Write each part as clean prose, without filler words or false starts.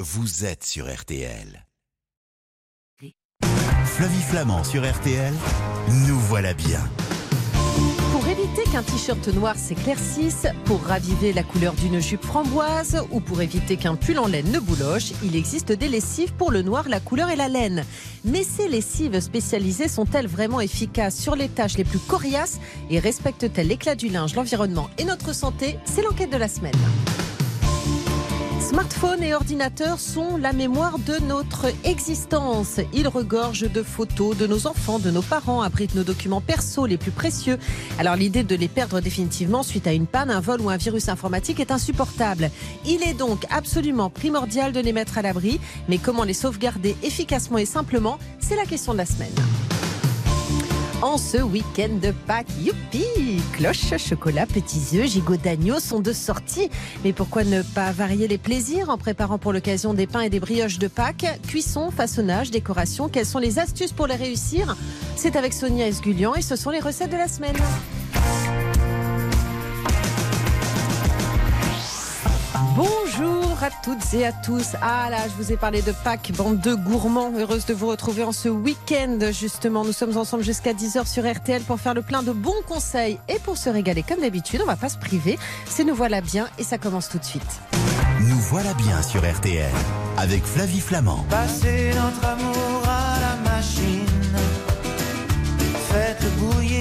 vous êtes sur RTL. Flavie Flamand sur RTL, nous voilà bien. Pour éviter qu'un t-shirt noir s'éclaircisse, pour raviver la couleur d'une jupe framboise ou pour éviter qu'un pull en laine ne bouloche, il existe des lessives pour le noir, la couleur et la laine. Mais ces lessives spécialisées sont-elles vraiment efficaces sur les tâches les plus coriaces et respectent-elles l'éclat du linge, l'environnement et notre santé? C'est l'enquête de la semaine. Smartphones et ordinateurs sont la mémoire de notre existence. Ils regorgent de photos de nos enfants, de nos parents, abritent nos documents perso les plus précieux. Alors l'idée de les perdre définitivement suite à une panne, un vol ou un virus informatique est insupportable. Il est donc absolument primordial de les mettre à l'abri. Mais comment les sauvegarder efficacement et simplement? C'est la question de la semaine. En ce week-end de Pâques, youpi! Cloche, chocolat, petits œufs, gigots d'agneau sont de sortie. Mais pourquoi ne pas varier les plaisirs en préparant pour l'occasion des pains et des brioches de Pâques? Cuisson, façonnage, décoration, quelles sont les astuces pour les réussir? C'est avec Sonia Esgulian et ce sont les recettes de la semaine. Bonjour à toutes et à tous. Ah là, je vous ai parlé de Pâques, bande de gourmands. Heureuse de vous retrouver en ce week-end. Justement, nous sommes ensemble jusqu'à 10h sur RTL pour faire le plein de bons conseils et pour se régaler comme d'habitude. On ne va pas se priver. C'est Nous voilà bien et ça commence tout de suite. Nous voilà bien sur RTL avec Flavie Flamand. Passez notre amour à la machine, faites-le bouillir.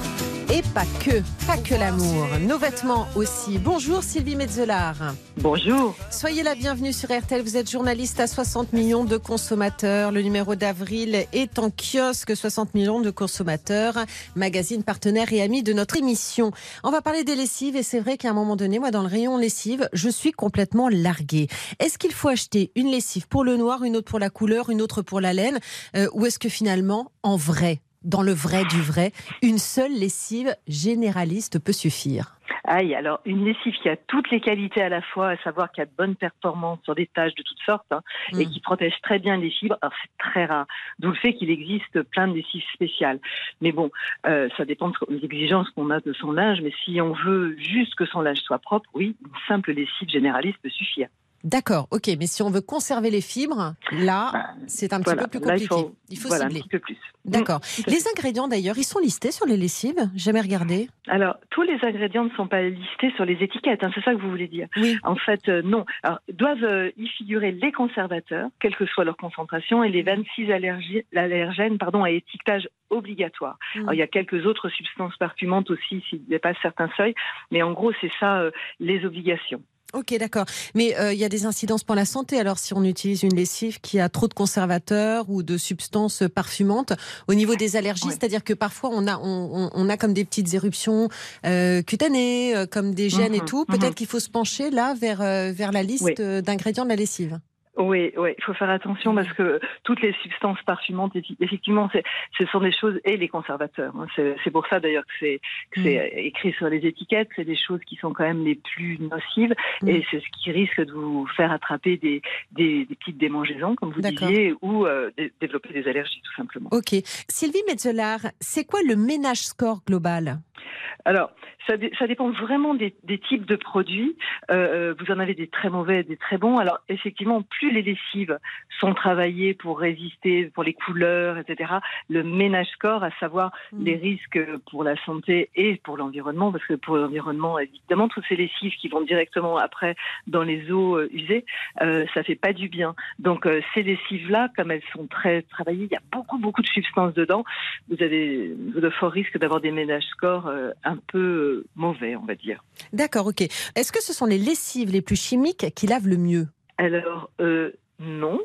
Et pas que l'amour. Nos vêtements aussi. Bonjour Sylvie Metzelard. Bonjour. Soyez la bienvenue sur RTL. Vous êtes journaliste à 60 millions de consommateurs. Le numéro d'avril est en kiosque. 60 millions de consommateurs. Magazine partenaire et ami de notre émission. On va parler des lessives et c'est vrai qu'à un moment donné, moi dans le rayon lessive, je suis complètement larguée. Est-ce qu'il faut acheter une lessive pour le noir, une autre pour la couleur, une autre pour la laine ou est-ce que finalement, en vrai, dans le vrai du vrai, une seule lessive généraliste peut suffire? Aïe, alors une lessive qui a toutes les qualités à la fois, à savoir qu'il y a de bonnes performances sur des tâches de toutes sortes et qui protège très bien les fibres, alors c'est très rare. D'où le fait qu'il existe plein de lessives spéciales. Mais bon, ça dépend des exigences qu'on a de son linge, mais si on veut juste que son linge soit propre, oui, une simple lessive généraliste peut suffire. D'accord, ok, mais si on veut conserver les fibres, là, c'est un petit peu plus compliqué. Là, il faut cibler. Un petit peu plus. D'accord. Les ingrédients d'ailleurs, ils sont listés sur les lessives? Jamais regardé. Alors, tous les ingrédients ne sont pas listés sur les étiquettes, c'est ça que vous voulez dire? Oui. En fait, non. Alors, doivent y figurer les conservateurs, quelle que soit leur concentration, et les 26 allergènes à étiquetage obligatoire. Alors, il y a quelques autres substances parfumantes aussi s'ils dépassent certains seuils, mais en gros, c'est ça les obligations. Ok, d'accord. Mais il y a des incidences pour la santé. Alors, si on utilise une lessive qui a trop de conservateurs ou de substances parfumantes, au niveau des allergies, c'est-à-dire que parfois on a comme des petites éruptions cutanées, comme des gènes et tout. Peut-être qu'il faut se pencher là vers la liste d'ingrédients de la lessive. Oui, il faut faire attention parce que toutes les substances parfumantes, effectivement, ce sont des choses, et les conservateurs. C'est pour ça d'ailleurs que c'est écrit sur les étiquettes, c'est des choses qui sont quand même les plus nocives et c'est ce qui risque de vous faire attraper des petites démangeaisons, comme vous disiez, ou développer des allergies tout simplement. Ok. Sylvie Metzelard, c'est quoi le ménage score global ? Alors, ça dépend vraiment des types de produits. Vous en avez des très mauvais, des très bons. Alors, effectivement, plus les lessives sont travaillées pour résister, pour les couleurs, etc., le ménage score, à savoir les risques pour la santé et pour l'environnement, parce que pour l'environnement, évidemment, toutes ces lessives qui vont directement après dans les eaux usées, ça fait pas du bien. Donc, ces lessives-là, comme elles sont très travaillées, il y a beaucoup de substances dedans. Vous avez de forts risques d'avoir des ménages scores un peu mauvais, on va dire. D'accord, ok. Est-ce que ce sont les lessives les plus chimiques qui lavent le mieux ? Alors, non.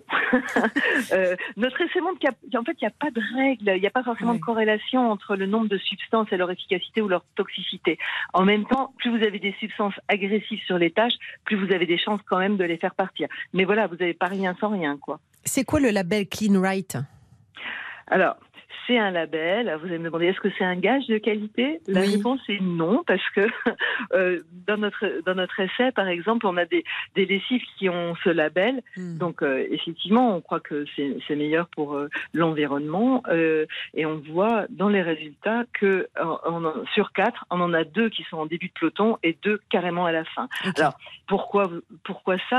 Notre essai montre qu'il n'y a pas de règle, il n'y a pas forcément de corrélation entre le nombre de substances et leur efficacité ou leur toxicité. En même temps, plus vous avez des substances agressives sur les tâches, plus vous avez des chances quand même de les faire partir. Mais voilà, vous n'avez pas rien sans rien, quoi. C'est quoi le label Clean Right ? Alors, c'est un label. Alors, vous allez me demander, est-ce que c'est un gage de qualité ? La réponse est non, parce que dans notre essai, par exemple, on a des lessives qui ont ce label. Donc, effectivement, on croit que c'est meilleur pour l'environnement. Et on voit dans les résultats que sur 4, on en a 2 qui sont en début de peloton et 2 carrément à la fin. Okay. Alors, pourquoi ça ?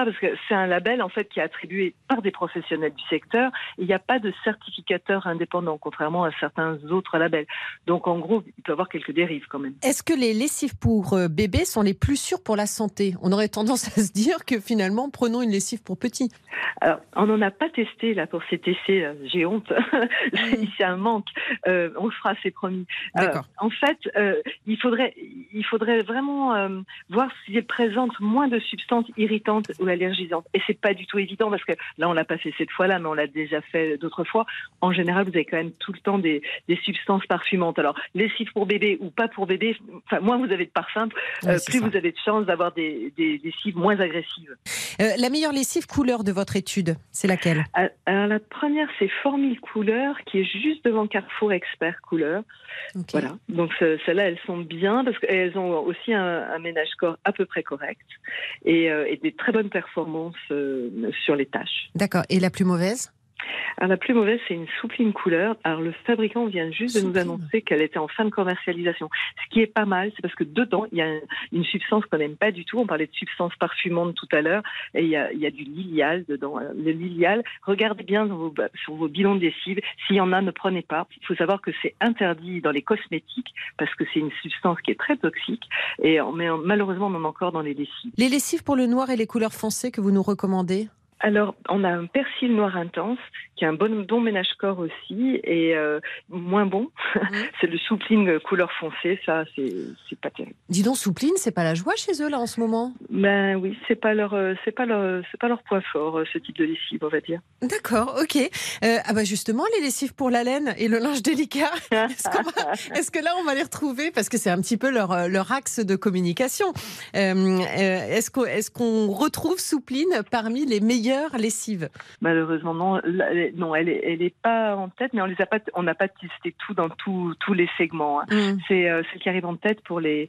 Parce que c'est un label, en fait, qui est attribué par des professionnels du secteur. Il n'y a pas de certificateur indépendant, contrairement à certains autres labels. Donc, en gros, il peut y avoir quelques dérives quand même. Est-ce que les lessives pour bébés sont les plus sûres pour la santé ? On aurait tendance à se dire que finalement, prenons une lessive pour petit. Alors, on n'en a pas testé là pour cet essai. Là. J'ai honte. C'est un manque. On le fera, c'est promis. En fait, il faudrait vraiment voir si elle présente moins de substances irritantes ou allergisantes. Et c'est pas du tout évident parce que là, on l'a pas fait cette fois-là, mais on l'a déjà fait d'autres fois. En général, vous avez quand même tout le temps des substances parfumantes. Alors, lessive pour bébé ou pas pour bébé, moins vous avez de parfum, plus vous avez de chances d'avoir des lessives moins agressives. La meilleure lessive couleur de votre étude, c'est laquelle ? Alors, la première, c'est Formule Couleur, qui est juste devant Carrefour Expert Couleur. Okay. Voilà. Donc, celles-là, elles sont bien parce qu'elles ont aussi un ménage-corps à peu près correct et des très bonnes performances sur les tâches. D'accord. Et la plus mauvaise ? Alors, la plus mauvaise, c'est une Soupline Couleur. Alors, le fabricant vient juste de nous annoncer qu'elle était en fin de commercialisation. Ce qui est pas mal, c'est parce que dedans, il y a une substance qu'on n'aime pas du tout. On parlait de substance parfumante tout à l'heure. Et il y a du lilial dedans. Le lilial, regardez bien sur vos bidons de lessive. S'il y en a, ne prenez pas. Il faut savoir que c'est interdit dans les cosmétiques parce que c'est une substance qui est très toxique. Mais malheureusement, on en a encore dans les lessives. Les lessives pour le noir et les couleurs foncées que vous nous recommandez ? Alors, on a un persil noir intense, qui est un bon ménage-corps aussi, et moins bon. C'est le Soupline couleur foncée, ça, c'est pas terrible. Dis donc, Soupline, c'est pas la joie chez eux, là, en ce moment ? Ben oui, c'est pas leur point fort, ce type de lessive, on va dire. D'accord, ok. Justement, les lessives pour la laine et le linge délicat, est-ce que là, on va les retrouver ? Parce que c'est un petit peu leur axe de communication. Est-ce qu'on retrouve Soupline parmi les meilleures lessives ? Malheureusement, non, elle est pas en tête, mais on n'a pas testé tout dans tous les segments. Hein. C'est celle qui arrive en tête pour les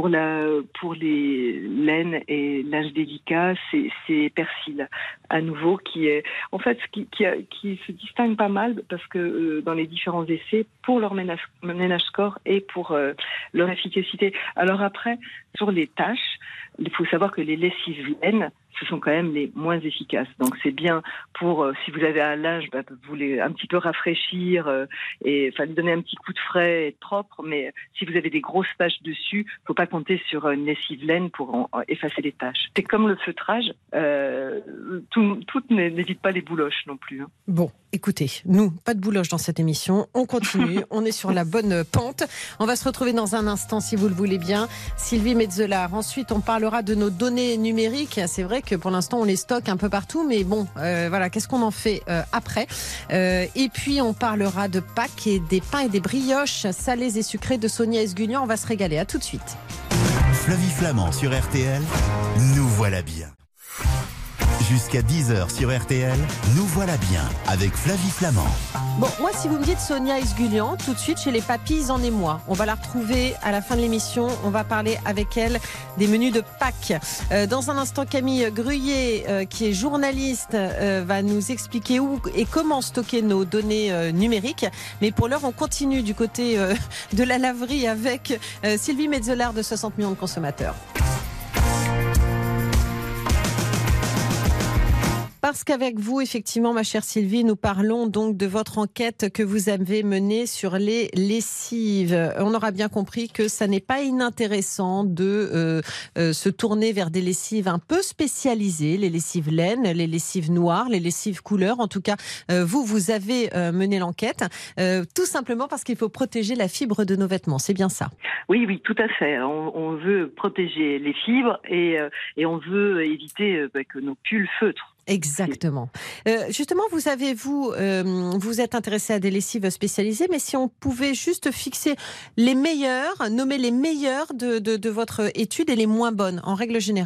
laines et linge délicat, c'est Persil à nouveau qui est en fait qui se distingue pas mal parce que dans les différents essais pour leur ménage-corps et pour leur efficacité. Alors après, sur les tâches, il faut savoir que les lessives laine, ce sont quand même les moins efficaces. Donc c'est bien pour, si vous avez un linge, vous voulez un petit peu rafraîchir et lui donner un petit coup de frais et être propre, mais si vous avez des grosses taches dessus, il ne faut pas compter sur une lessive laine pour effacer les taches. C'est comme le feutrage, tout n'évite pas les bouloches non plus. Hein. Bon, écoutez, nous, pas de bouloches dans cette émission, on continue, on est sur la bonne pente. On va se retrouver dans un instant, si vous le voulez bien. Sylvie Metzeler. Ensuite, on parlera de nos données numériques. C'est vrai que pour l'instant, on les stocke un peu partout, mais bon, voilà, qu'est-ce qu'on en fait après ? Et puis, on parlera de Pâques et des pains et des brioches salées et sucrées de Sonia Esguignan. On va se régaler. À tout de suite. Flavie Flamand sur RTL, nous voilà bien. Jusqu'à 10h sur RTL, nous voilà bien avec Flavie Flamand. Bon, moi, si vous me dites Sonia Esguignan, tout de suite chez les papilles en émoi. On va la retrouver à la fin de l'émission. On va parler avec elle des menus de Pâques. Dans un instant, Camille Gruyer, qui est journaliste, va nous expliquer où et comment stocker nos données numériques. Mais pour l'heure, on continue du côté de la laverie avec Sylvie Metzeler de 60 millions de consommateurs. Parce qu'avec vous, effectivement, ma chère Sylvie, nous parlons donc de votre enquête que vous avez menée sur les lessives. On aura bien compris que ça n'est pas inintéressant de se tourner vers des lessives un peu spécialisées, les lessives laine, les lessives noires, les lessives couleur. En tout cas, vous avez mené l'enquête, tout simplement parce qu'il faut protéger la fibre de nos vêtements. C'est bien ça ? Oui, tout à fait. On veut protéger les fibres et on veut éviter que nos pulls feutrent. Exactement. Justement, vous êtes intéressé à des lessives spécialisées, mais si on pouvait juste fixer les meilleures, nommer les meilleures de votre étude et les moins bonnes, en règle générale.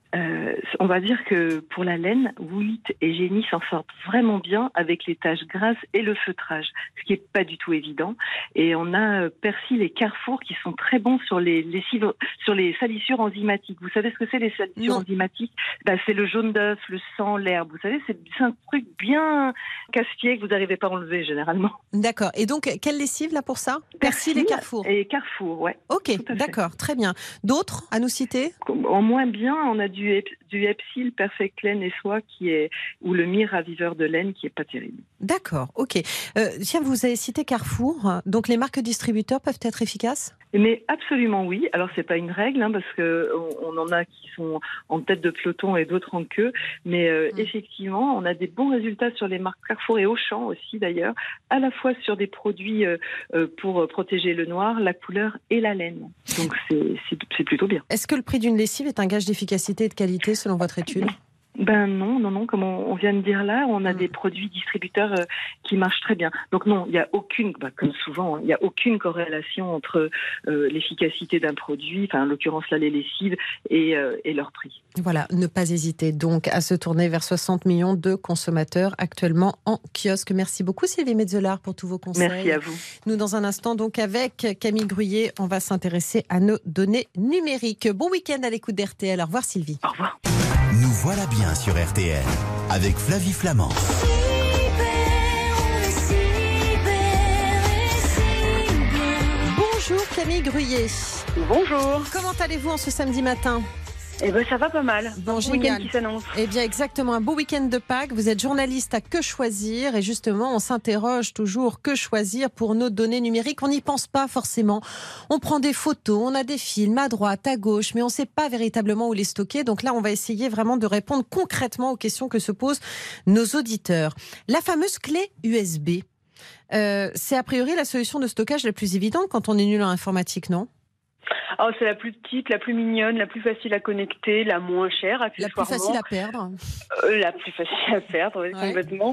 On va dire que pour la laine, Woolit et Génie s'en sortent vraiment bien avec les taches grasses et le feutrage, ce qui est pas du tout évident. Et on a Persil et Carrefour qui sont très bons sur les lessives, sur les salissures enzymatiques. Vous savez ce que c'est les salissures enzymatiques ? C'est le jaune d'œuf, le sang, l'herbe. Vous savez, c'est un truc bien casse-pied que vous n'arrivez pas à enlever généralement. D'accord. Et donc, quelle lessive là pour ça ? Persil et Carrefour. Et Carrefour, ouais. Ok, d'accord, très bien. D'autres à nous citer ? En moins bien, on a du Epsil Perfect Laine et Soie ou le Mire Raviveur de laine qui est pas terrible. D'accord, ok. Tiens, vous avez cité Carrefour, donc les marques distributeurs peuvent être efficaces ? Mais absolument oui. Alors c'est pas une règle parce que on en a qui sont en tête de peloton et d'autres en queue, mais effectivement on a des bons résultats sur les marques Carrefour et Auchan aussi d'ailleurs, à la fois sur des produits pour protéger le noir, la couleur et la laine. Donc c'est plutôt bien. Est-ce que le prix d'une lessive est un gage d'efficacité et de qualité selon votre étude ? Non, comme on vient de dire là, on a des produits distributeurs qui marchent très bien. Donc non, il n'y a aucune, comme souvent, il n'y a aucune corrélation entre l'efficacité d'un produit, en l'occurrence là les lessives, et leur prix. Voilà, ne pas hésiter donc à se tourner vers 60 millions de consommateurs actuellement en kiosque. Merci beaucoup Sylvie Metzelard pour tous vos conseils. Merci à vous. Nous dans un instant donc avec Camille Gruyé, on va s'intéresser à nos données numériques. Bon week-end à l'écoute d'RTL. Au revoir Sylvie. Au revoir. Nous voilà bien sur RTL avec Flavie Flamand. Bonjour Camille Gruyé. Bonjour. Comment allez-vous en ce samedi matin ? Eh ben ça va pas mal. Bon, un génial. Week-end qui s'annonce. Eh bien exactement, un beau week-end de Pâques. Vous êtes journaliste à Que Choisir et justement on s'interroge toujours que choisir pour nos données numériques. On n'y pense pas forcément. On prend des photos, on a des films à droite, à gauche, mais on ne sait pas véritablement où les stocker. Donc là on va essayer vraiment de répondre concrètement aux questions que se posent nos auditeurs. La fameuse clé USB, c'est a priori la solution de stockage la plus évidente quand on est nul en informatique, non ? C'est la plus petite, la plus mignonne, la plus facile à connecter, la moins chère, accessoirement. La plus facile à perdre. La plus facile à perdre, oui, complètement.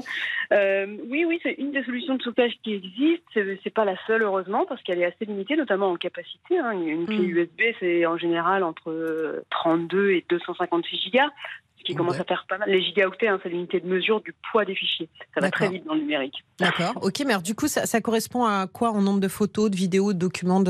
Oui, c'est une des solutions de stockage qui existe. C'est pas la seule, heureusement, parce qu'elle est assez limitée, notamment en capacité. Une clé USB, c'est en général entre 32 et 256 gigas. Ce qui commence à faire pas mal. Les gigaoctets, c'est l'unité de mesure du poids des fichiers. Ça va très vite dans le numérique. D'accord, ok, mais alors, du coup, ça correspond à quoi en nombre de photos, de vidéos, de documents,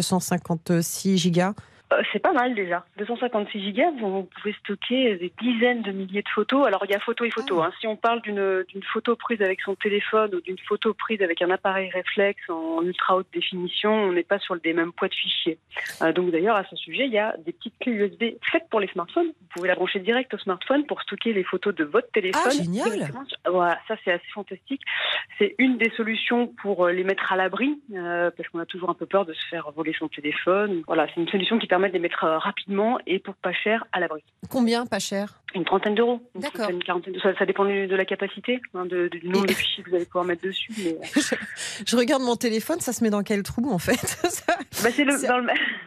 256 gigas ? C'est pas mal déjà. 256 gigas, vous pouvez stocker des dizaines de milliers de photos. Alors il y a photo et photo. Si on parle d'une photo prise avec son téléphone ou d'une photo prise avec un appareil réflexe en ultra haute définition, on n'est pas sur des mêmes poids de fichiers. Donc d'ailleurs à ce sujet, il y a des petites clés USB faites pour les smartphones. Vous pouvez la brancher direct au smartphone pour stocker les photos de votre téléphone. Ah génial. Voilà, ça c'est assez fantastique. C'est une des solutions pour les mettre à l'abri, parce qu'on a toujours un peu peur de se faire voler son téléphone. Voilà, c'est une solution qui permet de les mettre rapidement et pour pas cher à l'abri. Combien pas cher ? Une trentaine d'euros. D'accord. Une quarantaine d'euros. Ça dépend de la capacité, du nombre de fichiers que vous allez pouvoir mettre dessus. Mais... je regarde mon téléphone, ça se met dans quel trou en fait ? C'est dans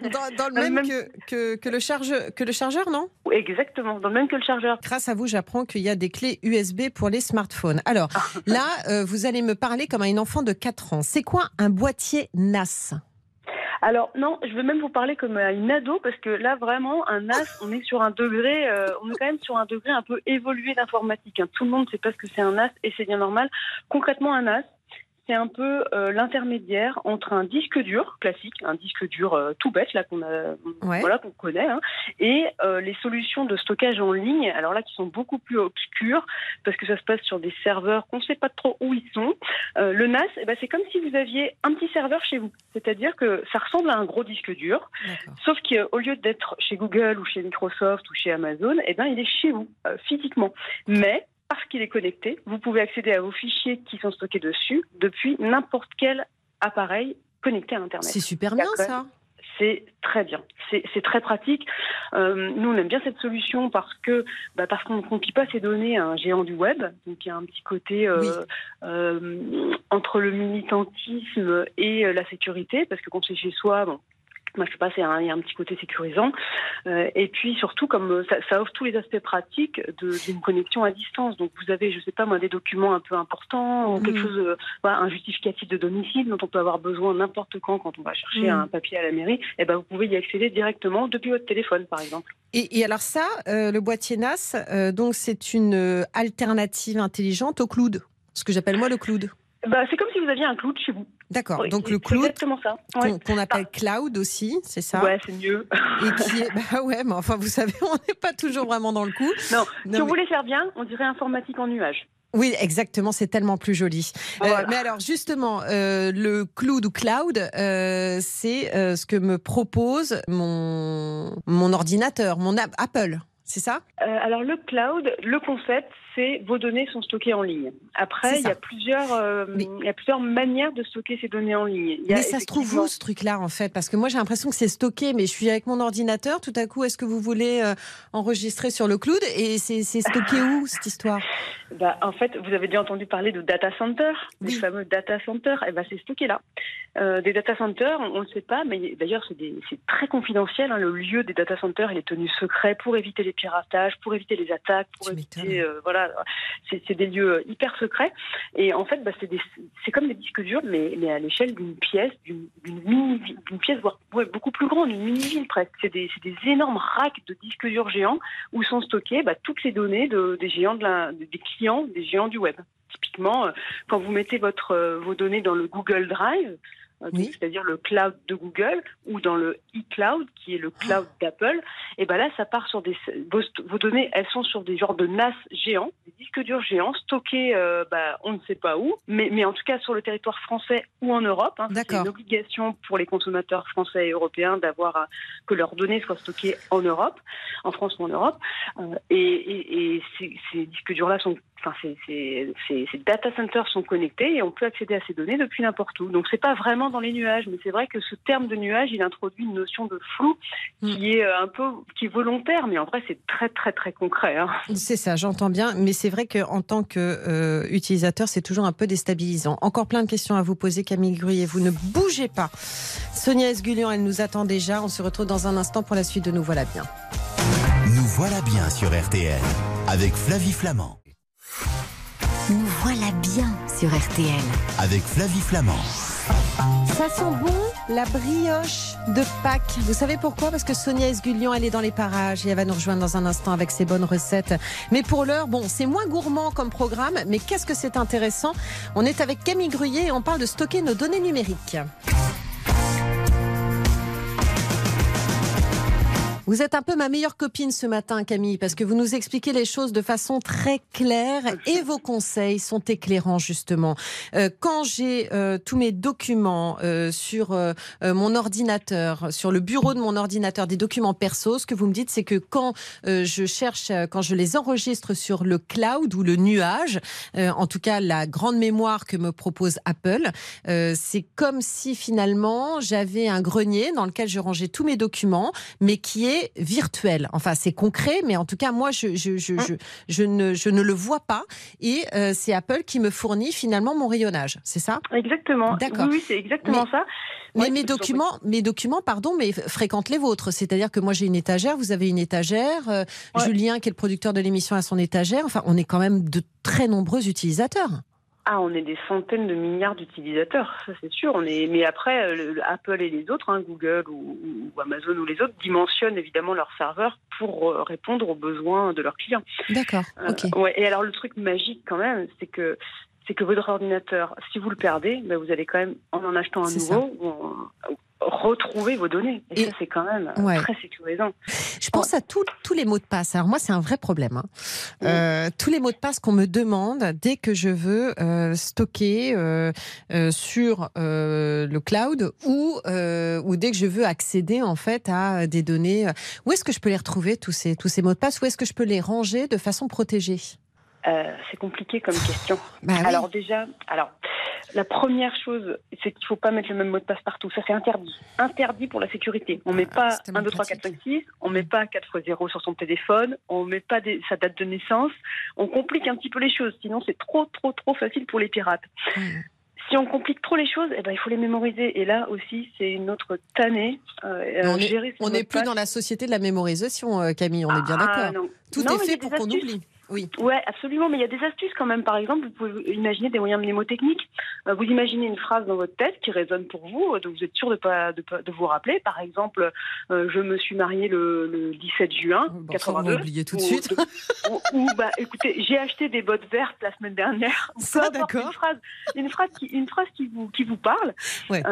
le même que le chargeur, non ? Exactement, dans le même que le chargeur. Grâce à vous, j'apprends qu'il y a des clés USB pour les smartphones. Alors là, vous allez me parler comme à une enfant de 4 ans. C'est quoi un boîtier NAS ? Alors non, je veux même vous parler comme à une ado parce que là vraiment un NAS, on est sur un degré, on est quand même sur un degré un peu évolué d'informatique. Tout le monde ne sait pas ce que c'est un NAS et c'est bien normal. Concrètement, un NAS, c'est un peu l'intermédiaire entre un disque dur classique, un disque dur tout bête là qu'on connaît, et les solutions de stockage en ligne. Alors là, qui sont beaucoup plus obscures parce que ça se passe sur des serveurs qu'on ne sait pas trop où ils sont. Le NAS, c'est comme si vous aviez un petit serveur chez vous, c'est-à-dire que ça ressemble à un gros disque dur, sauf qu'au lieu d'être chez Google ou chez Microsoft ou chez Amazon, il est chez vous physiquement, mais parce qu'il est connecté, vous pouvez accéder à vos fichiers qui sont stockés dessus depuis n'importe quel appareil connecté à Internet. C'est super bien ça. C'est très bien, c'est très pratique. Nous, on aime bien cette solution parce qu'on ne confie pas ces données à un géant du web. Donc, il y a un petit côté entre le militantisme et la sécurité, parce que quand c'est chez soi, Moi, je sais pas, il y a un petit côté sécurisant. Et puis surtout, comme ça offre tous les aspects pratiques d'une connexion à distance. Donc vous avez, je sais pas moi, des documents un peu importants, ou quelque chose, un justificatif de domicile dont on peut avoir besoin n'importe quand on va chercher un papier à la mairie. Et ben vous pouvez y accéder directement depuis votre téléphone, par exemple. Et alors ça, le boîtier NAS, donc c'est une alternative intelligente au cloud, ce que j'appelle moi le cloud. C'est comme si vous aviez un cloud chez vous. D'accord, Oui, donc le c'est cloud exactement ça. Ouais. qu'on appelle cloud aussi, c'est ça? Ouais, c'est mieux. Et qui est, mais enfin vous savez, on n'est pas toujours vraiment dans le coup. Non, si on voulait faire bien, on dirait informatique en nuage. Oui, exactement, c'est tellement plus joli. Voilà. Mais alors justement, le cloud ou cloud, c'est ce que me propose mon ordinateur, mon Apple. C'est ça? Alors le cloud, le concept, c'est vos données sont stockées en ligne. Après, il y a plusieurs manières de stocker ces données en ligne. Mais ça se trouve où ce truc-là en fait? Parce que moi j'ai l'impression que c'est stocké, mais je suis avec mon ordinateur. Tout à coup, est-ce que vous voulez enregistrer sur le cloud? Et c'est stocké où cette histoire? En fait, vous avez déjà entendu parler de data center, les fameux data centers. C'est stocké là. Des data centers, on ne le sait pas, mais d'ailleurs c'est très confidentiel. Le lieu des data centers, il est tenu secret pour éviter les piratages, pour éviter les attaques, pour éviter c'est des lieux hyper secrets. Et en fait, c'est comme des disques durs, mais à l'échelle d'une pièce, d'une pièce voire beaucoup plus grande, une mini-ville presque. C'est des énormes racks de disques durs géants où sont stockées toutes les données des géants des clients, des géants du web. Typiquement, quand vous mettez vos données dans le Google Drive, c'est-à-dire le cloud de Google, ou dans le e-cloud, qui est le cloud d'Apple, et là, ça part sur vos données, elles sont sur des genres de NAS géants, des disques durs géants, stockés, on ne sait pas où, mais en tout cas sur le territoire français ou en Europe. C'est une obligation pour les consommateurs français et européens que leurs données soient stockées en Europe, en France ou en Europe. Et ces disques durs-là ces data centers sont connectés et on peut accéder à ces données depuis n'importe où. Donc c'est pas vraiment dans les nuages, mais c'est vrai que ce terme de nuage, il introduit une notion de flou qui est qui est volontaire, mais en vrai c'est très très très concret. C'est ça, j'entends bien, mais c'est vrai qu'en tant qu'utilisateur, c'est toujours un peu déstabilisant. Encore plein de questions à vous poser, Camille Gruyer, vous ne bougez pas. Sonia Esgulian, elle nous attend déjà. On se retrouve dans un instant pour la suite de Nous voilà bien. Nous voilà bien sur RTL avec Flavie Flamand. Nous voilà bien sur RTL. Avec Flavie Flamand. Ça sent bon, la brioche de Pâques. Vous savez pourquoi? Parce que Sonia Esgulian, elle est dans les parages et elle va nous rejoindre dans un instant avec ses bonnes recettes. Mais pour l'heure, c'est moins gourmand comme programme, mais qu'est-ce que c'est intéressant? On est avec Camille Gruyer et on parle de stocker nos données numériques. Vous êtes un peu ma meilleure copine ce matin, Camille, parce que vous nous expliquez les choses de façon très claire et vos conseils sont éclairants, justement. Quand j'ai tous mes documents sur mon ordinateur, sur le bureau de mon ordinateur, des documents perso, ce que vous me dites, c'est que quand quand je les enregistre sur le cloud ou le nuage, en tout cas la grande mémoire que me propose Apple, c'est comme si finalement j'avais un grenier dans lequel je rangeais tous mes documents, mais qui est virtuel. Enfin, c'est concret, mais en tout cas, moi, je ne le vois pas. Et c'est Apple qui me fournit finalement mon rayonnage. C'est ça? Exactement. D'accord. Oui, c'est exactement ça. Mais mes documents, fréquentent les vôtres. C'est-à-dire que moi, j'ai une étagère, vous avez une étagère. Julien, qui est le producteur de l'émission, a son étagère. Enfin, on est quand même de très nombreux utilisateurs. On est des centaines de milliards d'utilisateurs, ça c'est sûr. Mais après, Apple et les autres, Google ou Amazon ou les autres, dimensionnent évidemment leurs serveurs pour répondre aux besoins de leurs clients. D'accord, ok. Et alors le truc magique quand même, c'est que votre ordinateur, si vous le perdez, vous allez quand même, en achetant un nouveau, retrouver vos données. Et ça, c'est quand même très sécurisant. Je pense à tous les mots de passe. Alors moi, c'est un vrai problème. Tous les mots de passe qu'on me demande dès que je veux stocker sur le cloud ou dès que je veux accéder en fait à des données. Où est-ce que je peux les retrouver, tous ces mots de passe? Où est-ce que je peux les ranger de façon protégée? C'est compliqué comme question. Oui. Alors, la première chose, c'est qu'il ne faut pas mettre le même mot de passe partout. Ça, c'est interdit. Interdit pour la sécurité. On ne met pas 1, 2, 3, 4, 5, 6. On ne met pas 4 x 0 sur son téléphone. On ne met pas sa date de naissance. On complique un petit peu les choses. Sinon, c'est trop facile pour les pirates. si on complique trop les choses, il faut les mémoriser. Et là aussi, c'est une autre tannée. On n'est plus dans la société de la mémorisation, Camille, on est bien d'accord. Non. Tout est fait pour qu'on oublie. Oui. Ouais, absolument, mais il y a des astuces quand même. Par exemple, vous pouvez imaginer des moyens mnémotechniques. Vous imaginez une phrase dans votre tête qui résonne pour vous, donc vous êtes sûr de vous rappeler. Par exemple, je me suis mariée le 17 juin 82. On va oublier tout de suite. Écoutez, j'ai acheté des bottes vertes la semaine dernière. Ça, d'accord. Une phrase qui vous parle. Ouais.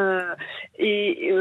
Et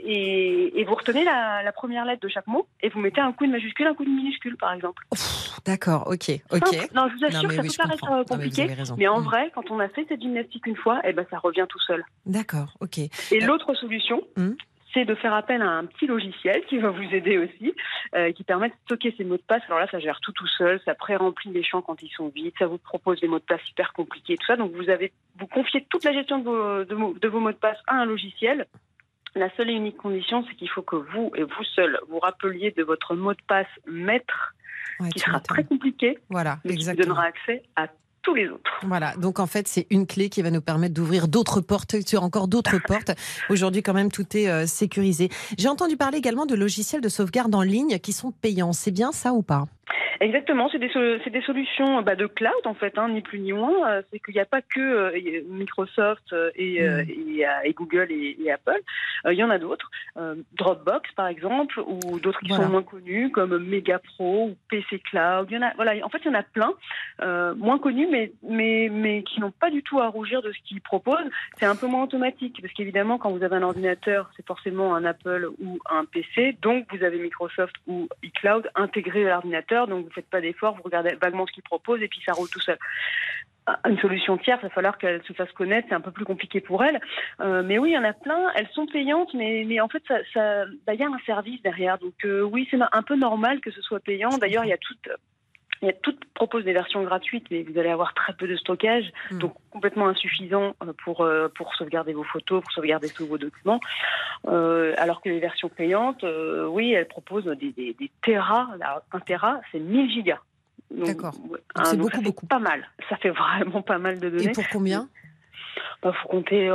vous retenez la première lettre de chaque mot et vous mettez un coup de majuscule, un coup de minuscule, par exemple. D'accord, ok. Non, je vous assure que ça peut paraître compliqué, mais en vrai, quand on a fait cette gymnastique une fois, ça revient tout seul. D'accord, ok. Et l'autre solution, c'est de faire appel à un petit logiciel qui va vous aider aussi, qui permet de stocker ces mots de passe. Alors là, ça gère tout seul, ça pré-remplit les champs quand ils sont vides, ça vous propose des mots de passe hyper compliqués, tout ça. Donc vous confiez toute la gestion de vos mots de passe à un logiciel. La seule et unique condition, c'est qu'il faut que vous et vous seul vous rappeliez de votre mot de passe maître, qui sera très compliqué, voilà, mais exactement. qui donnera accès à tous les autres. Voilà, donc en fait, c'est une clé qui va nous permettre d'ouvrir d'autres portes, sur encore d'autres portes. Aujourd'hui, quand même, tout est sécurisé. J'ai entendu parler également de logiciels de sauvegarde en ligne qui sont payants. C'est bien ça ou pas ? Exactement, c'est des solutions de cloud en fait, ni plus ni moins. C'est qu'il n'y a pas que Microsoft et Google et Apple. Il y en a d'autres, Dropbox par exemple, ou d'autres qui sont moins connus comme Megapro ou PC Cloud. En fait, il y en a plein, moins connus, mais qui n'ont pas du tout à rougir de ce qu'ils proposent. C'est un peu moins automatique parce qu'évidemment, quand vous avez un ordinateur, c'est forcément un Apple ou un PC, donc vous avez Microsoft ou iCloud intégré à l'ordinateur. Donc vous ne faites pas d'efforts, vous regardez vaguement ce qu'ils proposent et puis ça roule tout seul. Une solution tierce, il va falloir qu'elle se fasse connaître, c'est un peu plus compliqué pour elle. Mais oui, il y en a plein, elles sont payantes, mais en fait, il y a un service derrière. Donc oui, c'est un peu normal que ce soit payant. D'ailleurs, toutes proposent des versions gratuites, mais vous allez avoir très peu de stockage, donc complètement insuffisant pour sauvegarder vos photos, pour sauvegarder tous vos documents. Alors que les versions payantes, oui, elles proposent des terras. Alors, un téra, c'est 1000 gigas. Donc, d'accord. C'est beaucoup. Pas mal. Ça fait vraiment pas mal de données. Et pour combien ? Faut compter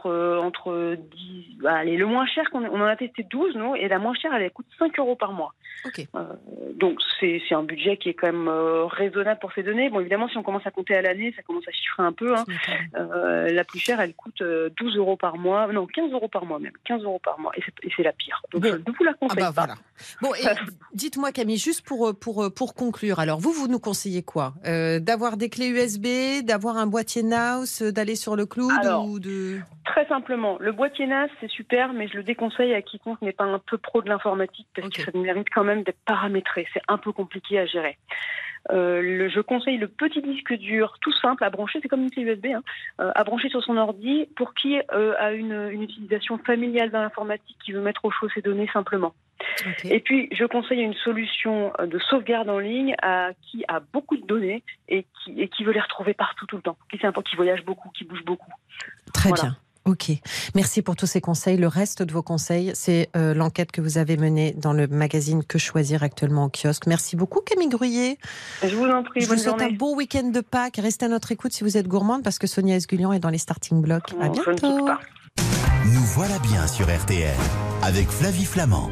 entre 10... Allez, le moins cher, on en a testé 12, nous, et la moins chère, elle coûte 5 € par mois. Okay. Donc, c'est un budget qui est quand même raisonnable pour ces données. Bon, évidemment, si on commence à compter à l'année, ça commence à chiffrer un peu. La plus chère, elle coûte 12 € par mois. Non, 15 € par mois même. 15 € par mois. Et c'est la pire. Donc, je ne vous la conseille pas. Voilà. Bon, et dites-moi, Camille, juste pour conclure, alors, vous nous conseillez quoi ? D'avoir des clés USB, d'avoir un boîtier NAS, d'aller sur le cloud ou de... Très simplement, le boîtier NAS, c'est super, mais je le déconseille à quiconque n'est pas un peu pro de l'informatique, parce que ça mérite quand même d'être paramétré. C'est un peu compliqué à gérer. Je conseille le petit disque dur, tout simple, à brancher, c'est comme une clé USB, à brancher sur son ordi, pour qui a une utilisation familiale dans l'informatique, qui veut mettre au chaud ses données simplement. Okay. Et puis, je conseille une solution de sauvegarde en ligne à qui a beaucoup de données et qui veut les retrouver partout, tout le temps. Qui voyage beaucoup, qui bouge beaucoup. Très bien. Ok, merci pour tous ces conseils. Le reste de vos conseils, c'est l'enquête que vous avez menée dans le magazine Que choisir actuellement au kiosque. Merci beaucoup Camille Gruyer. Je vous en prie, je vous souhaite un bon week-end de Pâques. Restez à notre écoute si vous êtes gourmande parce que Sonia Esgulian est dans les starting blocks. À bientôt. Je ne quitte pas. Nous voilà bien sur RTL avec Flavie Flamand.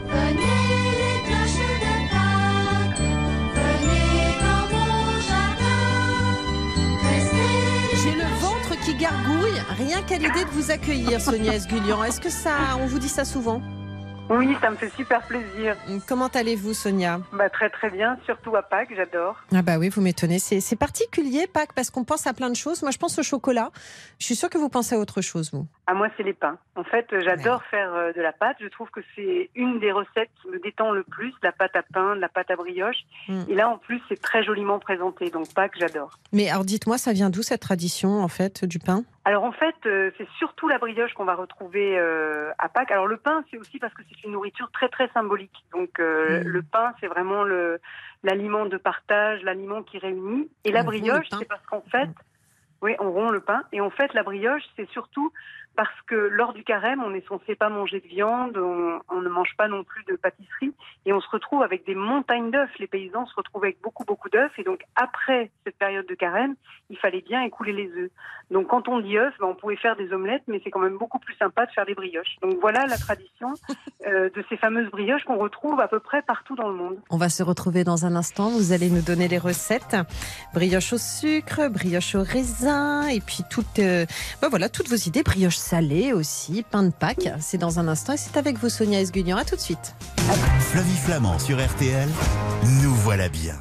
Qui gargouille, rien qu'à l'idée de vous accueillir, Sonia Esgulian. Est-ce que on vous dit ça souvent ? Oui, ça me fait super plaisir. Comment allez-vous, Sonia ? Très très bien, surtout à Pâques, j'adore. Ah bah oui, vous m'étonnez. C'est particulier, Pâques, parce qu'on pense à plein de choses. Moi, je pense au chocolat. Je suis sûre que vous pensez à autre chose, vous. Moi, c'est les pains. En fait, j'adore faire de la pâte. Je trouve que c'est une des recettes qui me détend le plus, la pâte à pain, la pâte à brioche. Et là, en plus, c'est très joliment présenté. Donc, Pâques, j'adore. Mais alors, dites-moi, ça vient d'où cette tradition, en fait, du pain ? Alors, en fait, c'est surtout la brioche qu'on va retrouver à Pâques. Alors, le pain, c'est aussi parce que c'est une nourriture très, très symbolique. Donc, le pain, c'est vraiment l'aliment de partage, l'aliment qui réunit. Et la brioche, c'est parce qu'en fait... Oui, on rompt le pain. Et en fait, la brioche, c'est surtout parce que lors du carême, on est censé pas manger de viande, on ne mange pas non plus de pâtisserie, et on se retrouve avec des montagnes d'œufs. Les paysans se retrouvent avec beaucoup d'œufs, et donc après cette période de carême, il fallait bien écouler les œufs. Donc quand on dit œufs, on pouvait faire des omelettes, mais c'est quand même beaucoup plus sympa de faire des brioches. Donc voilà la tradition de ces fameuses brioches qu'on retrouve à peu près partout dans le monde. On va se retrouver dans un instant. Vous allez nous donner les recettes. Brioche au sucre, brioche au raisin, et puis toutes vos idées. Brioche salée aussi, pain de Pâques. C'est dans un instant et c'est avec vous, Sonia Esguignan. À tout de suite. Flavie Flamand sur RTL, nous voilà bien.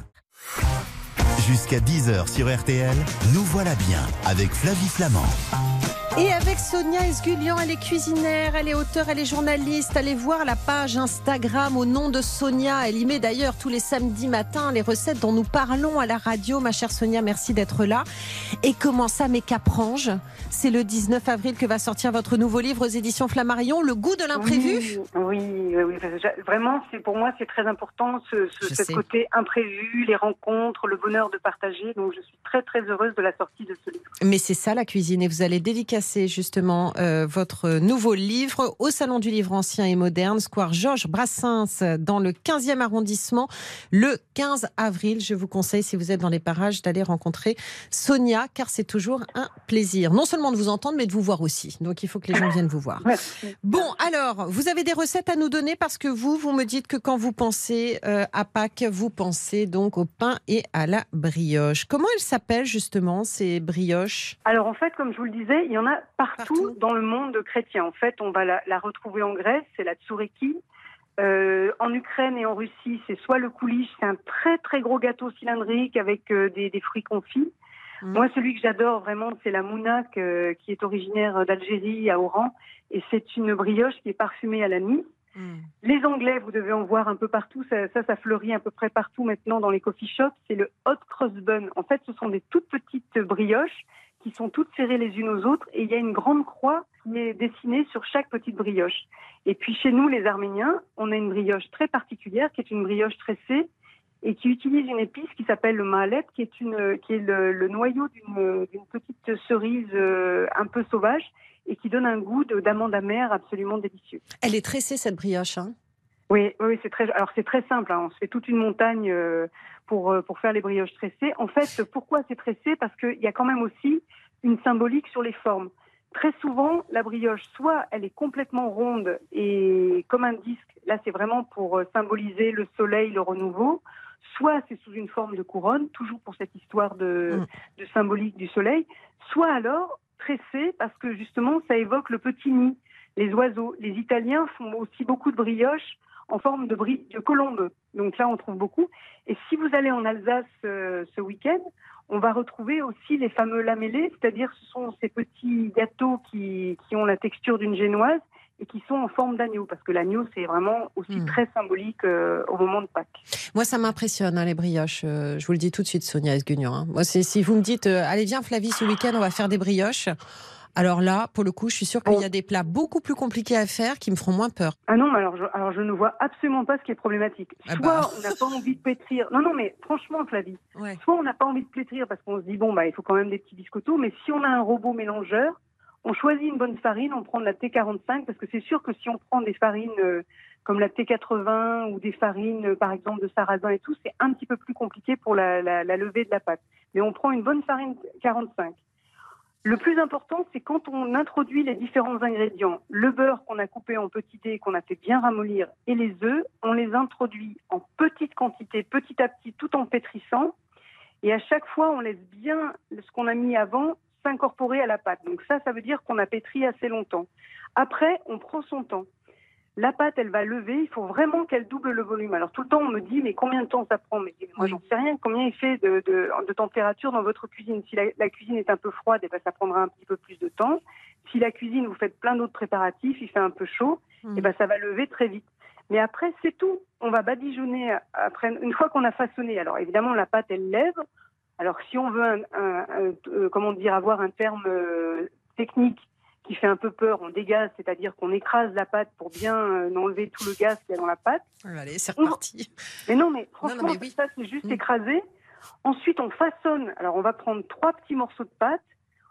Jusqu'à 10h sur RTL, nous voilà bien avec Flavie Flamand. Et avec Sonia Esguignan, elle est cuisinière, elle est auteure, elle est journaliste. Allez voir la page Instagram au nom de Sonia. Elle y met d'ailleurs tous les samedis matins les recettes dont nous parlons à la radio. Ma chère Sonia, merci d'être là. Et comment ça, mes capranges ? C'est le 19 avril que va sortir votre nouveau livre aux éditions Flammarion, Le goût de l'imprévu. Oui. Vraiment, pour moi, c'est très important, ce côté imprévu, les rencontres, le bonheur de partager. Donc, je suis très, très heureuse de la sortie de ce livre. Mais c'est ça, la cuisine. Et vous allez dédicacer justement votre nouveau livre au Salon du Livre Ancien et Moderne, Square Georges Brassens, dans le 15e arrondissement, le 15 avril. Je vous conseille, si vous êtes dans les parages, d'aller rencontrer Sonia, car c'est toujours un plaisir. Non seulement de vous entendre, mais de vous voir aussi. Donc, il faut que les gens viennent vous voir. Merci. Bon, alors, vous avez des recettes à nous donner, parce que vous me dites que quand vous pensez à Pâques, vous pensez donc au pain et à la brioche. Comment elles s'appellent justement, ces brioches ? Alors, en fait, comme je vous le disais, il y en a partout dans le monde chrétien. En fait, on va la retrouver en Grèce, c'est la tsoureki. En Ukraine et en Russie, c'est soit le koulish, c'est un très très gros gâteau cylindrique avec des fruits confits. Moi, celui que j'adore vraiment, c'est la mounak, qui est originaire d'Algérie, à Oran, et c'est une brioche qui est parfumée à l'anis. Les Anglais, vous devez en voir un peu partout, ça fleurit à peu près partout maintenant dans les coffee shops, c'est le hot cross bun. En fait, ce sont des toutes petites brioches qui sont toutes serrées les unes aux autres, et il y a une grande croix qui est dessinée sur chaque petite brioche. Et puis chez nous, les Arméniens, on a une brioche très particulière, qui est une brioche tressée, et qui utilise une épice qui s'appelle le mahalep, qui est le noyau d'une petite cerise un peu sauvage, et qui donne un goût d'amande amère absolument délicieux. Elle est tressée, cette brioche, hein ? Oui, c'est très simple, hein. On se fait toute une montagne pour faire les brioches tressées. En fait, pourquoi c'est tressé ? Parce qu'il y a quand même aussi une symbolique sur les formes. Très souvent, la brioche, soit elle est complètement ronde et comme un disque, là c'est vraiment pour symboliser le soleil, le renouveau, soit c'est sous une forme de couronne, toujours pour cette histoire de symbolique du soleil, soit alors tressé parce que justement ça évoque le petit nid, les oiseaux. Les Italiens font aussi beaucoup de brioches en forme de colombe. Donc là, on trouve beaucoup. Et si vous allez en Alsace ce week-end, on va retrouver aussi les fameux lamellés, c'est-à-dire ce sont ces petits gâteaux qui ont la texture d'une génoise et qui sont en forme d'agneau, parce que l'agneau, c'est vraiment aussi très symbolique au moment de Pâques. Moi, ça m'impressionne, les brioches. Je vous le dis tout de suite, Sonia Esguignan. Moi, si vous me dites, allez, viens Flavie, ce week-end, on va faire des brioches. Alors là, pour le coup, je suis sûre qu'il y a des plats beaucoup plus compliqués à faire qui me feront moins peur. Ah non, mais alors je ne vois absolument pas ce qui est problématique. Soit on n'a pas envie de pétrir. Non, mais franchement, Flavie, soit on n'a pas envie de pétrir parce qu'on se dit, il faut quand même des petits biscottos, mais si on a un robot mélangeur, on choisit une bonne farine, on prend de la T45, parce que c'est sûr que si on prend des farines comme la T80 ou des farines, par exemple, de sarrasin et tout, c'est un petit peu plus compliqué pour la levée de la pâte. Mais on prend une bonne farine 45. Le plus important, c'est quand on introduit les différents ingrédients, le beurre qu'on a coupé en petits dés, qu'on a fait bien ramollir, et les œufs, on les introduit en petite quantité, petit à petit, tout en pétrissant. Et à chaque fois, on laisse bien ce qu'on a mis avant s'incorporer à la pâte. Donc ça veut dire qu'on a pétri assez longtemps. Après, on prend son temps. La pâte, elle va lever, il faut vraiment qu'elle double le volume. Alors tout le temps, on me dit, mais combien de temps ça prend ? Mais moi, j'en sais rien. Combien il fait de température dans votre cuisine ? Si la cuisine est un peu froide, ça prendra un petit peu plus de temps. Si la cuisine, vous faites plein d'autres préparatifs, il fait un peu chaud, ça va lever très vite. Mais après, c'est tout. On va badigeonner après, une fois qu'on a façonné. Alors évidemment, la pâte, elle lève. Alors si on veut avoir un terme technique qui fait un peu peur, on dégaze, c'est-à-dire qu'on écrase la pâte pour bien enlever tout le gaz qu'il y a dans la pâte. Allez, c'est reparti. Mais franchement, ça c'est juste écraser. Ensuite, on façonne. Alors, on va prendre 3 petits morceaux de pâte.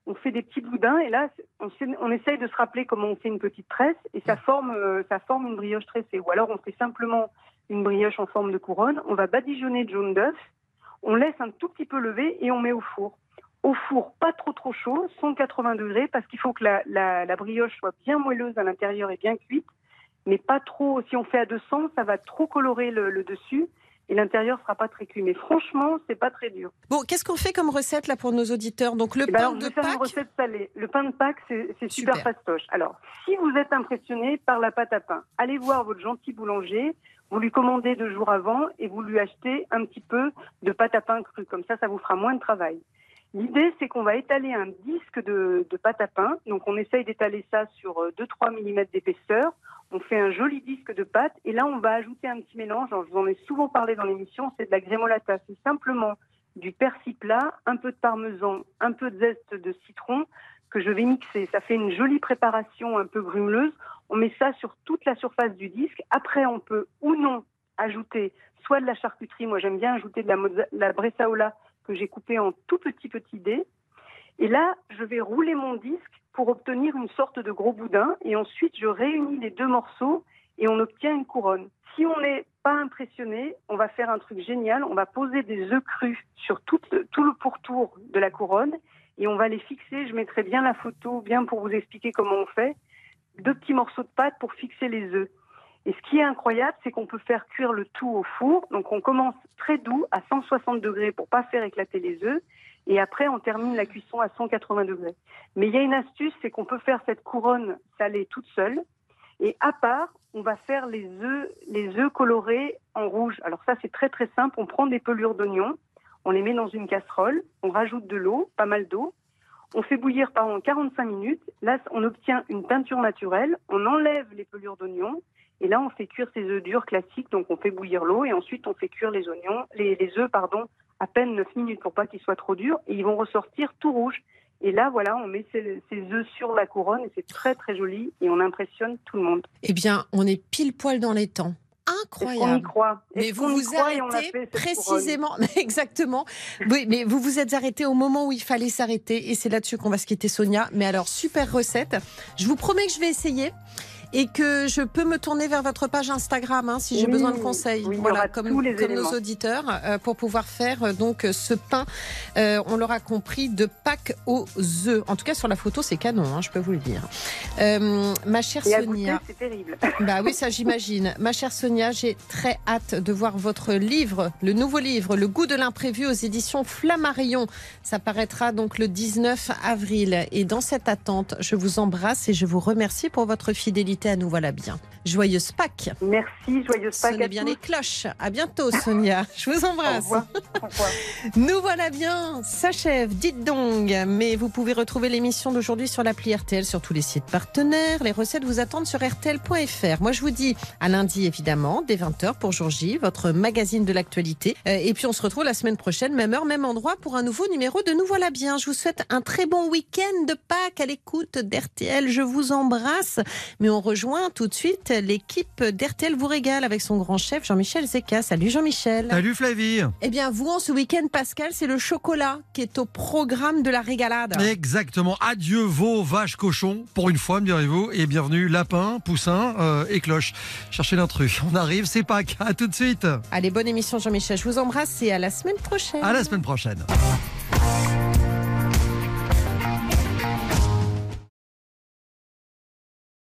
on fait des petits boudins et là, on essaye de se rappeler comment on fait une petite tresse et ça forme une brioche tressée. Ou alors on fait simplement une brioche en forme de couronne. On va badigeonner de jaune d'œuf, on laisse un tout petit peu lever et on met au four. Au four, pas trop chaud, 180 degrés, parce qu'il faut que la brioche soit bien moelleuse à l'intérieur et bien cuite, mais pas trop. Si on fait à 200, ça va trop colorer le dessus. Et l'intérieur sera pas très cuit. Mais franchement, c'est pas très dur. Bon, qu'est-ce qu'on fait comme recette là pour nos auditeurs? Donc le pain de Pâques. Une recette salée. Le pain de Pâques, c'est super fastoche. Alors, si vous êtes impressionné par la pâte à pain, allez voir votre gentil boulanger. Vous lui commandez 2 jours avant et vous lui achetez un petit peu de pâte à pain crue. Comme ça vous fera moins de travail. L'idée, c'est qu'on va étaler un disque de pâte à pain. Donc, on essaye d'étaler ça sur 2-3 mm d'épaisseur. On fait un joli disque de pâte. Et là, on va ajouter un petit mélange. Alors, je vous en ai souvent parlé dans l'émission. C'est de la grémolata. C'est simplement du persil plat, un peu de parmesan, un peu de zeste de citron que je vais mixer. Ça fait une jolie préparation un peu grumeleuse. On met ça sur toute la surface du disque. Après, on peut ou non ajouter soit de la charcuterie. Moi, j'aime bien ajouter de la bressaola que j'ai coupé en tout petits dés. Et là, je vais rouler mon disque pour obtenir une sorte de gros boudin. Et ensuite, je réunis les 2 morceaux et on obtient une couronne. Si on n'est pas impressionné, on va faire un truc génial. On va poser des œufs crus sur tout le pourtour de la couronne et on va les fixer. Je mettrai bien la photo, bien pour vous expliquer comment on fait. 2 petits morceaux de pâte pour fixer les œufs. Et ce qui est incroyable, c'est qu'on peut faire cuire le tout au four. Donc, on commence très doux à 160 degrés pour pas faire éclater les œufs. Et après, on termine la cuisson à 180 degrés. Mais il y a une astuce, c'est qu'on peut faire cette couronne salée toute seule. Et à part, on va faire les œufs colorés en rouge. Alors ça, c'est très très simple. On prend des pelures d'oignons, on les met dans une casserole, on rajoute de l'eau, pas mal d'eau. On fait bouillir pendant 45 minutes. Là, on obtient une teinture naturelle. On enlève les pelures d'oignons. Et là, on fait cuire ces œufs durs classiques. Donc, on fait bouillir l'eau et ensuite, on fait cuire les œufs, à peine 9 minutes pour pas qu'ils soient trop durs. Et ils vont ressortir tout rouges. Et là, voilà, on met ces œufs sur la couronne et c'est très, très joli. Et on impressionne tout le monde. Eh bien, on est pile poil dans les temps. Incroyable. On y croit. Mais vous vous arrêtez précisément, exactement. Oui, mais vous vous êtes arrêté au moment où il fallait s'arrêter et c'est là-dessus qu'on va se quitter, Sonia. Mais alors, super recette. Je vous promets que je vais essayer. Et que je peux me tourner vers votre page Instagram si j'ai besoin de conseils. Oui, voilà, comme nos auditeurs, pour pouvoir faire donc ce pain, on l'aura compris, de Pâques aux œufs. En tout cas, sur la photo, c'est canon, je peux vous le dire. Ma chère Sonia. C'est terrible. Bah oui, ça j'imagine. Ma chère Sonia, j'ai très hâte de voir votre livre, le nouveau livre, Le goût de l'imprévu aux éditions Flammarion. Ça paraîtra donc le 19 avril. Et dans cette attente, je vous embrasse et je vous remercie pour votre fidélité à Nous Voilà Bien. Joyeuse Pâques. Merci, joyeuse Pâques. Sonnez bien les cloches. À bientôt, Sonia. Je vous embrasse. Au revoir. Au revoir. Nous Voilà Bien s'achève, dites donc. Mais vous pouvez retrouver l'émission d'aujourd'hui sur l'appli RTL, sur tous les sites partenaires. Les recettes vous attendent sur rtl.fr. Moi, je vous dis à lundi, évidemment, dès 20h pour Jour J, votre magazine de l'actualité. Et puis, on se retrouve la semaine prochaine, même heure, même endroit, pour un nouveau numéro de Nous Voilà Bien. Je vous souhaite un très bon week-end de Pâques à l'écoute d'RTL. Je vous embrasse. Mais on rejoint tout de suite l'équipe d'RTL vous régale avec son grand chef Jean-Michel Zeka. Salut Jean-Michel. Salut Flavie. Eh bien, vous, en ce week-end, Pascal, c'est le chocolat qui est au programme de la régalade. Exactement. Adieu veau, vache, cochon. Pour une fois, me direz-vous. Et bienvenue lapin, poussin et cloche. Cherchez l'intrus. On arrive, c'est Pâques. À tout de suite. Allez, bonne émission Jean-Michel. Je vous embrasse et à la semaine prochaine. À la semaine prochaine.